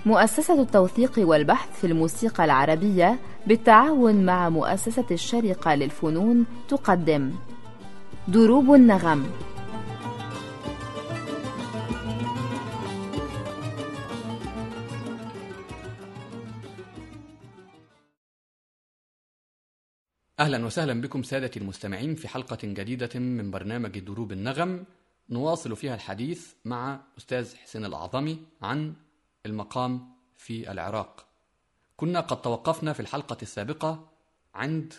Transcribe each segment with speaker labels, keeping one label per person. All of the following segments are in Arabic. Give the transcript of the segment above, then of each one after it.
Speaker 1: مؤسسة التوثيق والبحث في الموسيقى العربية بالتعاون مع مؤسسة الشارقة للفنون تقدم دروب النغم.
Speaker 2: أهلا وسهلا بكم سادتي المستمعين في حلقة جديدة من برنامج دروب النغم، نواصل فيها الحديث مع أستاذ حسين الأعظمي عن المقام في العراق. كنا قد توقفنا في الحلقة السابقة عند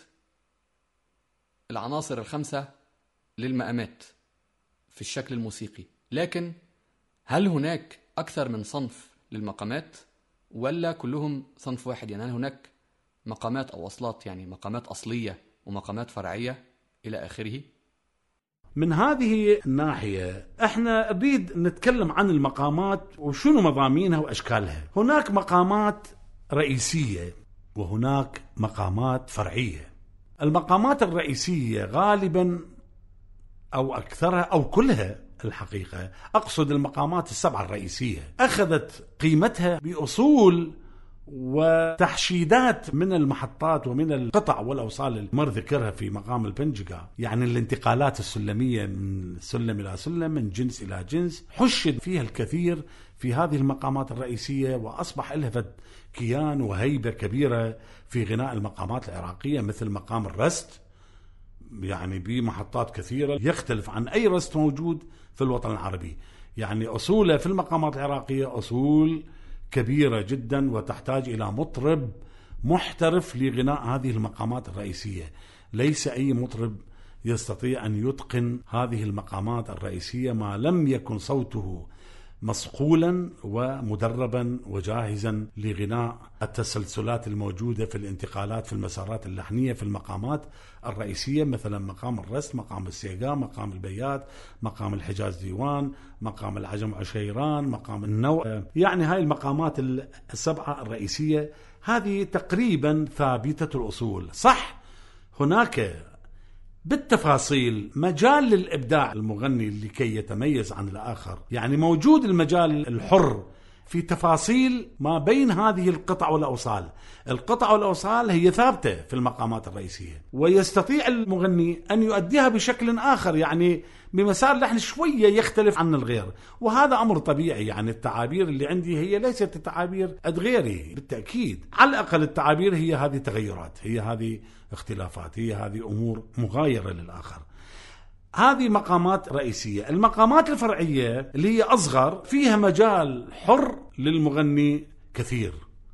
Speaker 2: العناصر الخمسة للمقامات في الشكل الموسيقي، لكن هل هناك أكثر من صنف للمقامات ولا كلهم صنف واحد؟ يعني هل هناك مقامات أو أصلات، يعني مقامات أصلية ومقامات فرعية إلى آخره؟
Speaker 3: من هذه الناحية احنا نريد نتكلم عن المقامات وشنو مضامينها وأشكالها. هناك مقامات رئيسية وهناك مقامات فرعية. المقامات الرئيسية غالبا أو أكثرها أو كلها الحقيقة، أقصد المقامات السبعة الرئيسية، أخذت قيمتها بأصول وتحشيدات من المحطات ومن القطع والأوصال اللي مر ذكرها في مقام البنجقة، يعني الانتقالات السلمية من سلم إلى سلم، من جنس إلى جنس، حشد فيها الكثير في هذه المقامات الرئيسية، وأصبح لها كيان وهيبة كبيرة في غناء المقامات العراقية، مثل مقام الرست، يعني بمحطات كثيرة يختلف عن أي رست موجود في الوطن العربي. يعني أصوله في المقامات العراقية أصول كبيرة جدا وتحتاج إلى مطرب محترف لغناء هذه المقامات الرئيسية. ليس أي مطرب يستطيع أن يتقن هذه المقامات الرئيسية ما لم يكن صوته مصقولا ومدربا وجاهزا لغناء التسلسلات الموجودة في الانتقالات في المسارات اللحنية في المقامات الرئيسية، مثلا مقام الرست، مقام السيقا، مقام البيات، مقام الحجاز ديوان، مقام العجم عشيران، مقام النوع. يعني هاي المقامات السبعة الرئيسية هذه تقريبا ثابتة الأصول. صح هناك بالتفاصيل مجال للإبداع المغني لكي يتميز عن الآخر، يعني موجود المجال الحر في تفاصيل ما بين هذه القطع والأوصال. القطع والأوصال هي ثابتة في المقامات الرئيسية، ويستطيع المغني أن يؤديها بشكل آخر، يعني بمسار لحن شوية يختلف عن الغير، وهذا أمر طبيعي. يعني التعابير اللي عندي هي ليست التعابير غيري بالتأكيد، على الأقل التعابير هي هذه تغيرات، هي هذه اختلافات، هي هذه أمور مغايرة للآخر. هذه مقامات رئيسية. المقامات الفرعية اللي هي أصغر فيها مجال حر للمغني كثير،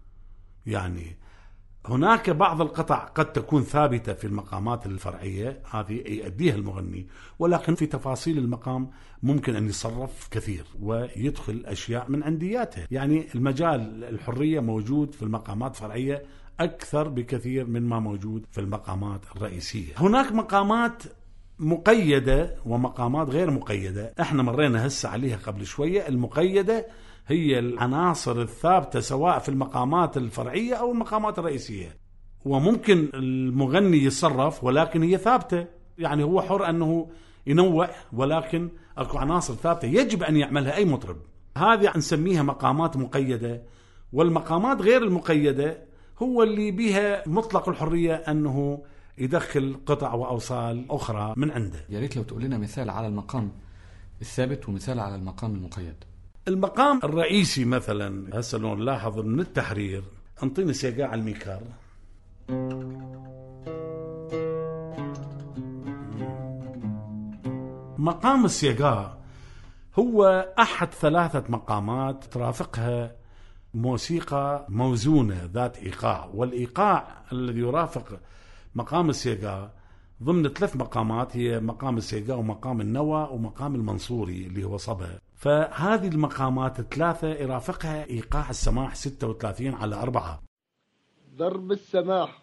Speaker 3: يعني هناك بعض القطع قد تكون ثابتة في المقامات الفرعية هذه يؤديها المغني، ولكن في تفاصيل المقام ممكن أن يصرف كثير ويدخل أشياء من عندياته. يعني المجال الحرية موجود في المقامات الفرعية أكثر بكثير من ما موجود في المقامات الرئيسية. هناك مقامات مقيدة ومقامات غير مقيدة، احنا مرينا هسه عليها قبل شوية. المقيدة هي العناصر الثابتة سواء في المقامات الفرعية أو المقامات الرئيسية، وممكن المغني يتصرف ولكن هي ثابتة، يعني هو حر أنه ينوع، ولكن أكو عناصر ثابتة يجب أن يعملها أي مطرب. هذه نسميها مقامات مقيدة. والمقامات غير المقيدة هو اللي بها مطلق الحرية أنه يدخل قطع وأوصال أخرى من عنده.
Speaker 2: يا ريت لو تقول لنا مثال على المقام الثابت ومثال على المقام المقيد.
Speaker 3: المقام الرئيسي مثلا هسه لو نلاحظ من التحرير، انطيني سيقا على الميكار، مقام السيقا هو أحد ثلاثة مقامات ترافقها موسيقى موزونة ذات إيقاع، والإيقاع الذي يرافق مقام السيقا ضمن ثلاث مقامات هي مقام السيقا ومقام النوى ومقام المنصوري اللي هو صبا. فهذه المقامات الثلاثة يرافقها إيقاع السماح 36/4.
Speaker 4: ضرب السماح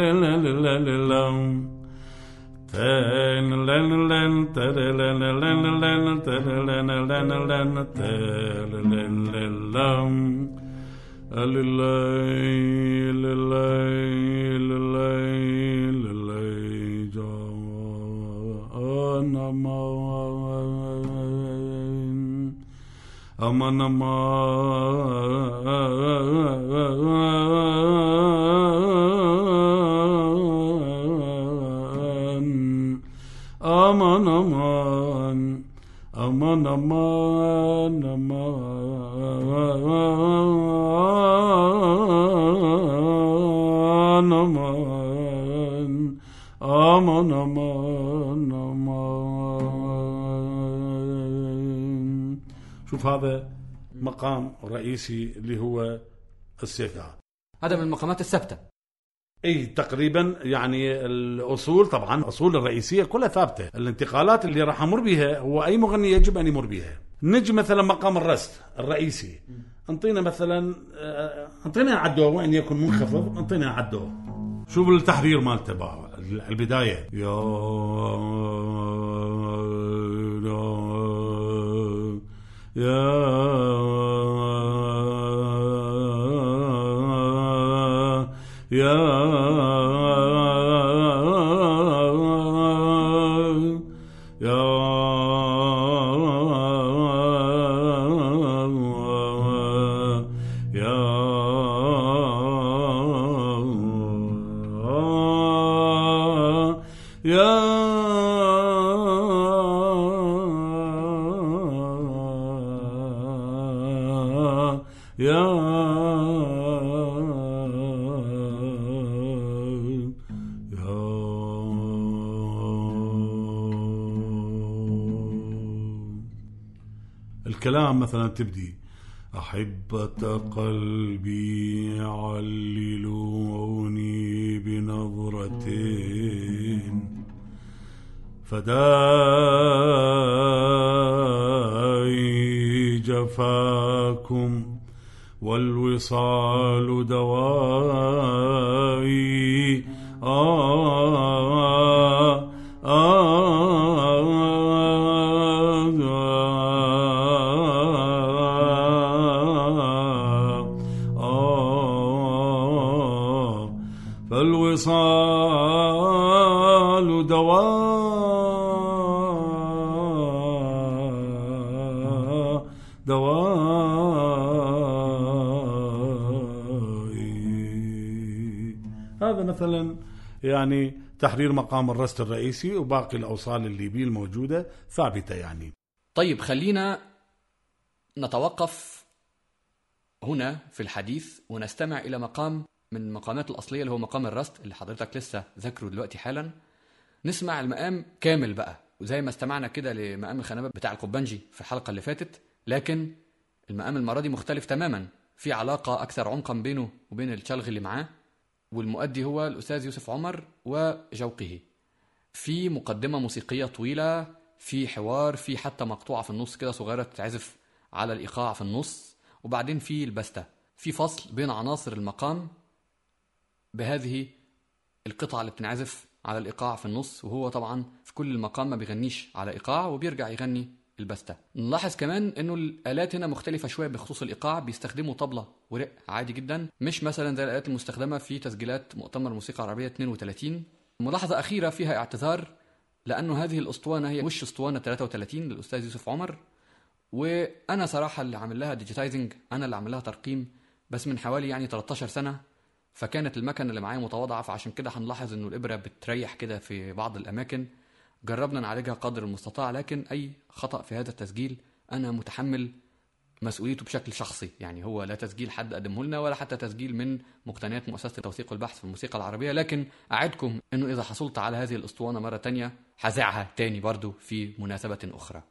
Speaker 3: aman aman aman aman aman aman aman. شوف هذا مقام رئيسي اللي هو السيكا،
Speaker 2: هذا من المقامات الثابتة.
Speaker 3: اي تقريبا يعني الاصول، طبعا الاصول الرئيسيه كلها ثابته. الانتقالات اللي راح امر بها هو اي مغني يجب ان يمر بها. نجي مثلا مقام الرست الرئيسي، انطينا مثلا انطينا عدوه وان يكون منخفض، انطينا عدوه. شوف التحرير مالته بقى البدايه، الكلام مثلا تبدي أحبة قلبي عللوني بنظرتين فداي جفاكم والوصال دوائي فالوصال دوائي. هذا مثلا يعني تحرير مقام الرست الرئيسي، وباقي الأوصال الليبية الموجودة ثابتة يعني.
Speaker 2: طيب خلينا نتوقف هنا في الحديث ونستمع إلى مقام من المقامات الأصلية اللي هو مقام الرست اللي حضرتك لسه ذكره دلوقتي حالا. نسمع المقام كامل بقى، وزي ما استمعنا كده لمقام الخنابة بتاع القبنجي في الحلقة اللي فاتت، لكن المقام المرة دي مختلف تماما، في علاقة أكثر عمقا بينه وبين الشلغ اللي معاه، والمؤدي هو الأستاذ يوسف عمر وجوقه. في مقدمة موسيقية طويلة، في حوار، في حتى مقطوعة في النص كده صغيرة تتعزف على الإيقاع في النص، وبعدين في البستة، في فصل بين عناصر المقام بهذه القطعة اللي بتنعزف على الإيقاع في النص، وهو طبعا في كل المقام ما بيغنيش على إيقاع وبيرجع يغني البستة. نلاحظ كمان انه الآلات هنا مختلفة شوية بخصوص الإيقاع، بيستخدموا طبلة ورق عادي جدا، مش مثلا زي الآلات المستخدمة في تسجيلات مؤتمر موسيقى عربية 32. ملاحظة أخيرة فيها اعتذار، لأنه هذه الأسطوانة هي وش أسطوانة 33 للأستاذ يوسف عمر، وأنا صراحة اللي عامل لها ديجيتايزنج، أنا اللي عامل لها ترقيم، بس من حوالي يعني 13 سنة، فكانت المكنة اللي معايا متواضعة، فعشان كده هنلاحظ انه الإبرة بتريح كده في بعض الأماكن. جربنا نعالجها قدر المستطاع، لكن أي خطأ في هذا التسجيل أنا متحمل مسؤوليته بشكل شخصي، يعني هو لا تسجيل حد قدمه لنا ولا حتى تسجيل من مقتنيات مؤسسة التوثيق والبحث في الموسيقى العربية، لكن أعدكم انه إذا حصلت على هذه الأسطوانة مرة تانية هزعها تاني برضو في مناسبة أخرى.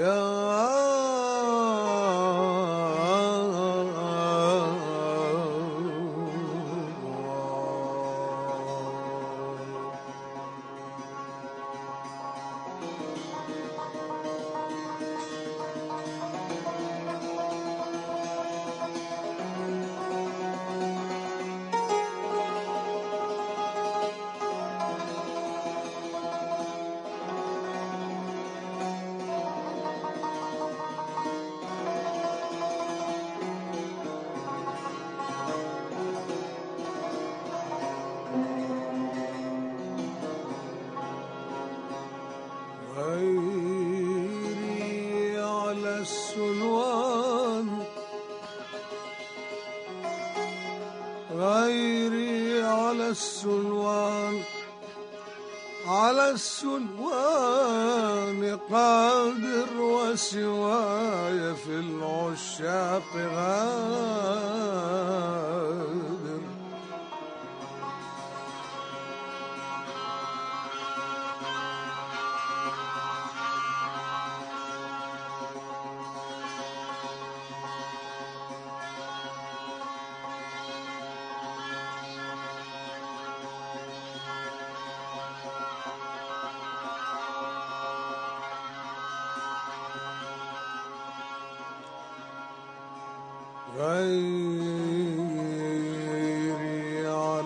Speaker 5: غيري على السلوان، غيري على السلوان، على السلوان قادر، وسواي في العشاق غادر. غيري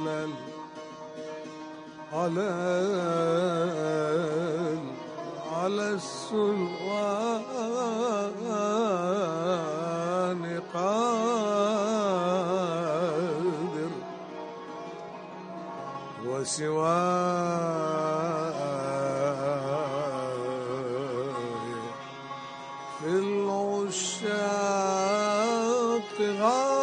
Speaker 5: على السلوان قادر، وسواي في العشاق غادر.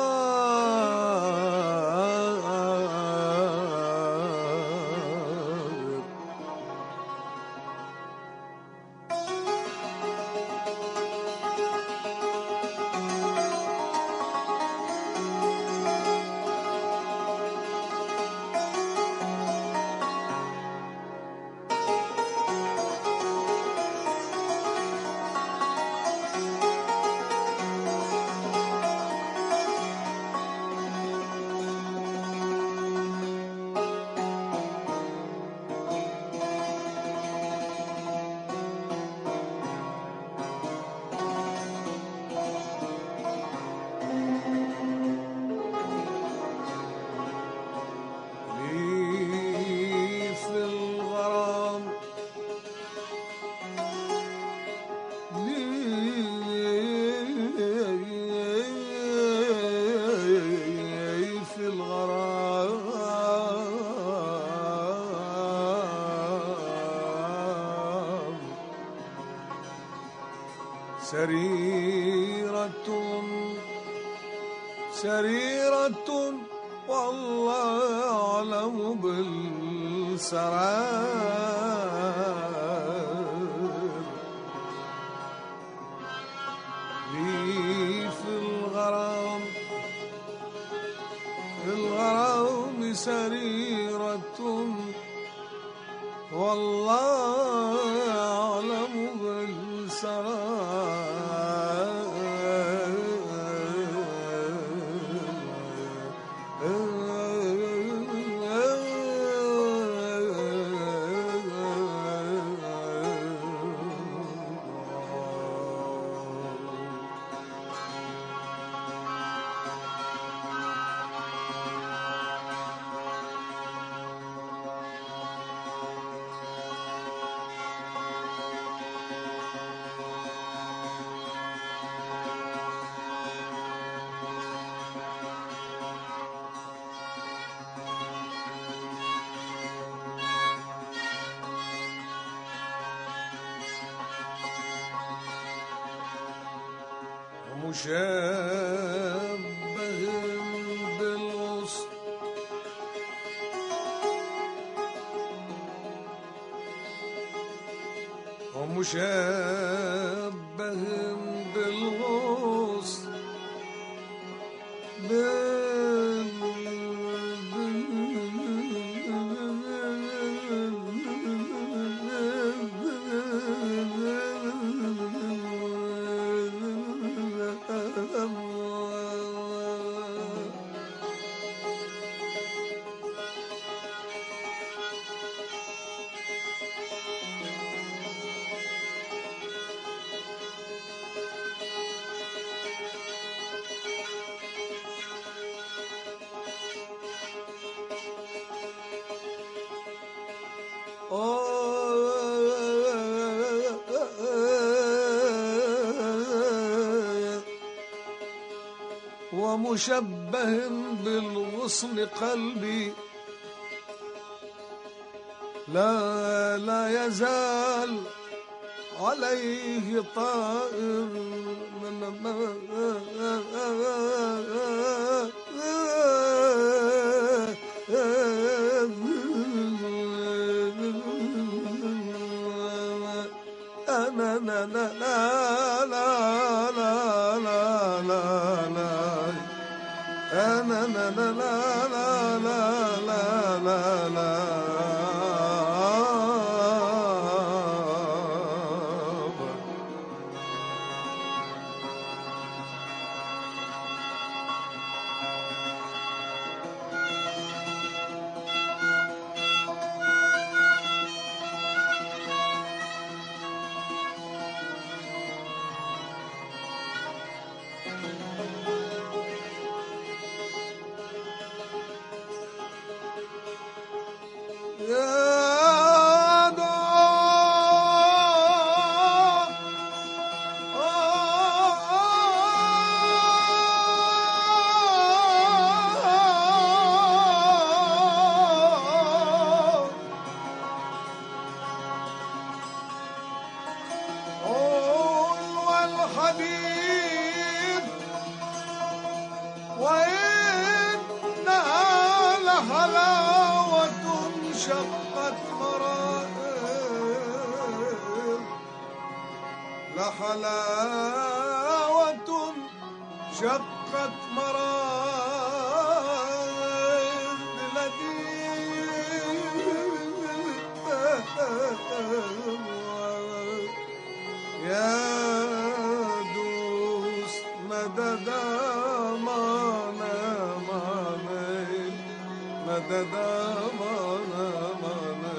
Speaker 5: سريرة والله أعلم بالسرائر. لي في الغرام سريرة والله أعلم بالسرائر. مشبه بالغصن ومشبه بالغصن ومشبه بالغصن قلبي لا يزال عليه طائر والحديد وإنها لحلاوة شقت مرائر لحلاوة شقت مرائر يا دوس مدد مانا مدد مانا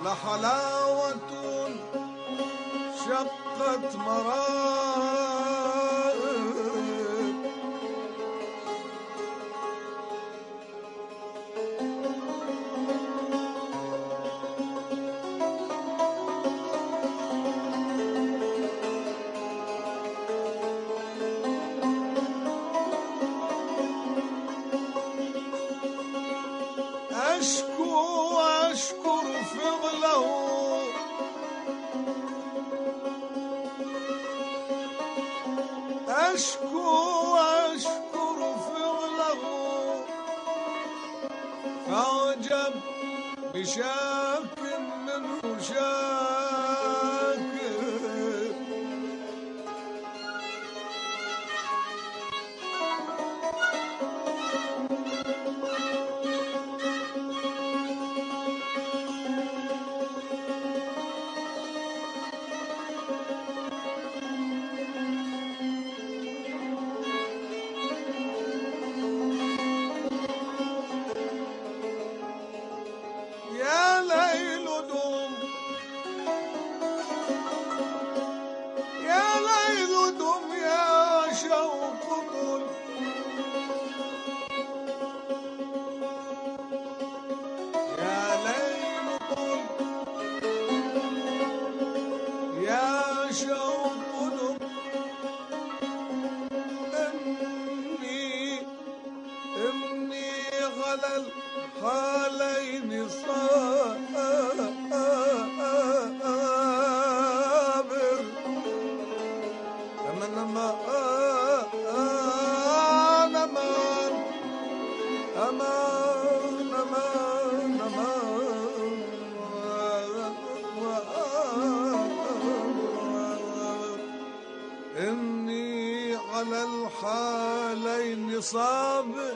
Speaker 5: لحلاوة شقت مرائب أشكو وأشكر فضله أشكو وأشكر فضله فعجب بشاك منه شاكر يا ليل دم يا ليل دم يا شوق دم يا ليل دم يا شوق دم إني غلى الحالين صابر أما نما إني على الحالين صابر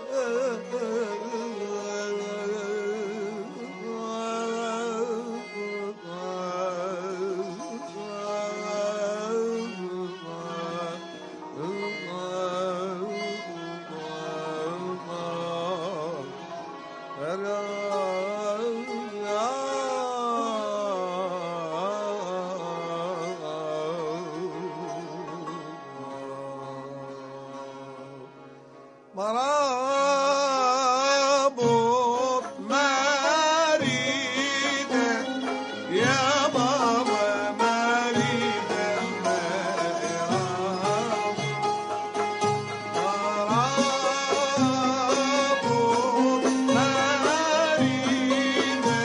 Speaker 5: مرابط مريدة يا بابا مريدة مرابط مريدة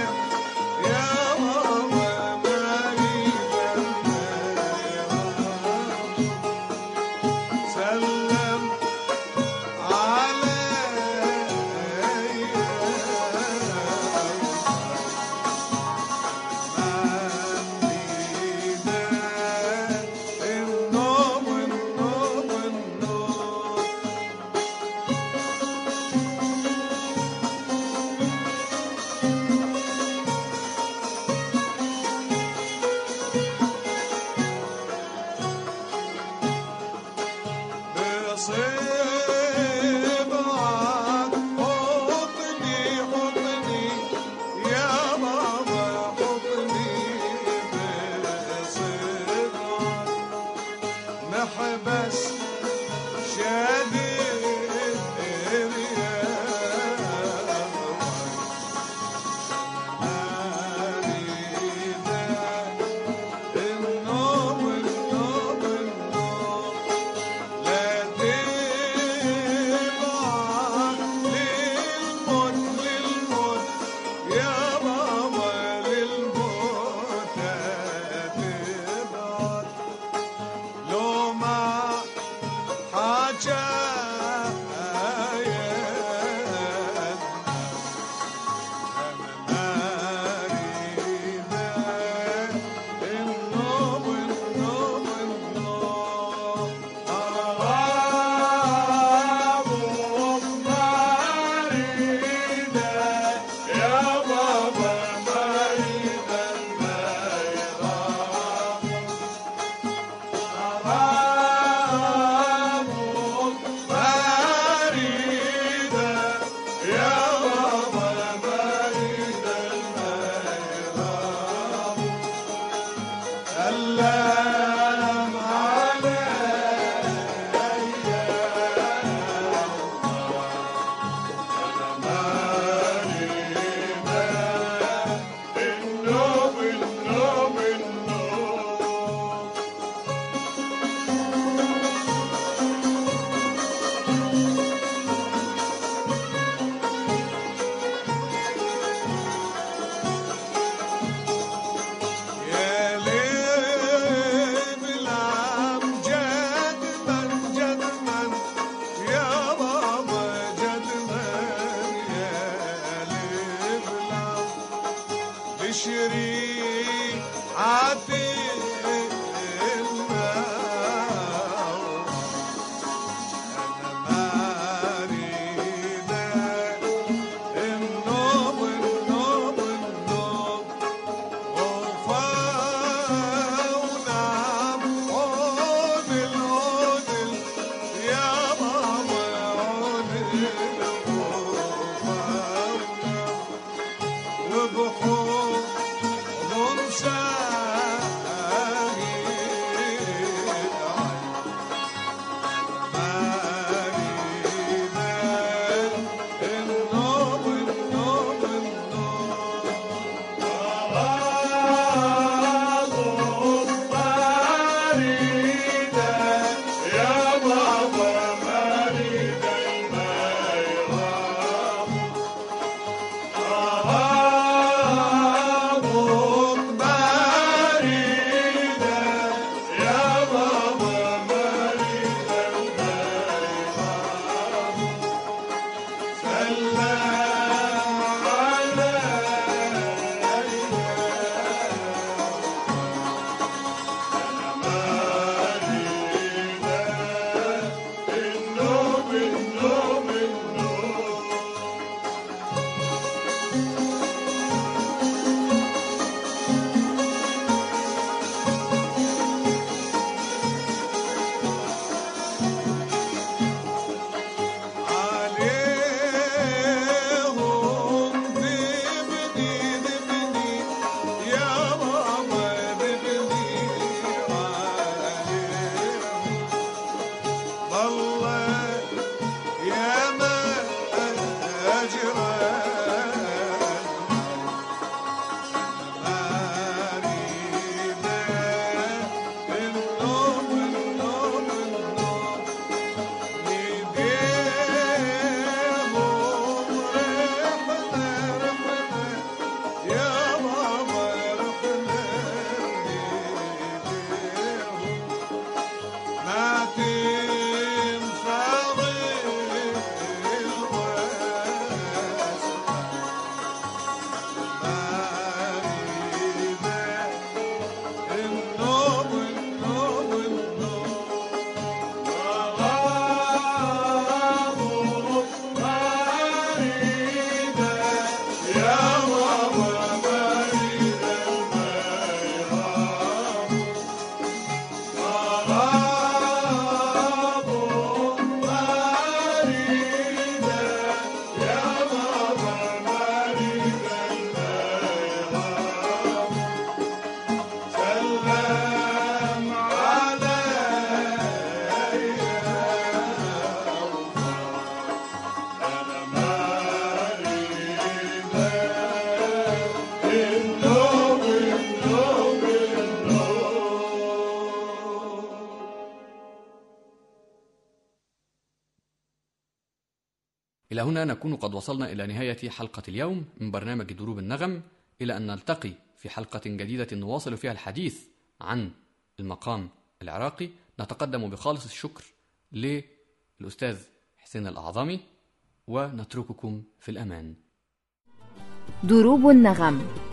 Speaker 2: إلى هنا نكون قد وصلنا إلى نهاية حلقة اليوم من برنامج دروب النغم، إلى أن نلتقي في حلقة جديدة نواصل فيها الحديث عن المقام العراقي. نتقدم بخالص الشكر للأستاذ حسين الأعظمي، ونترككم في الأمان.
Speaker 1: دروب النغم.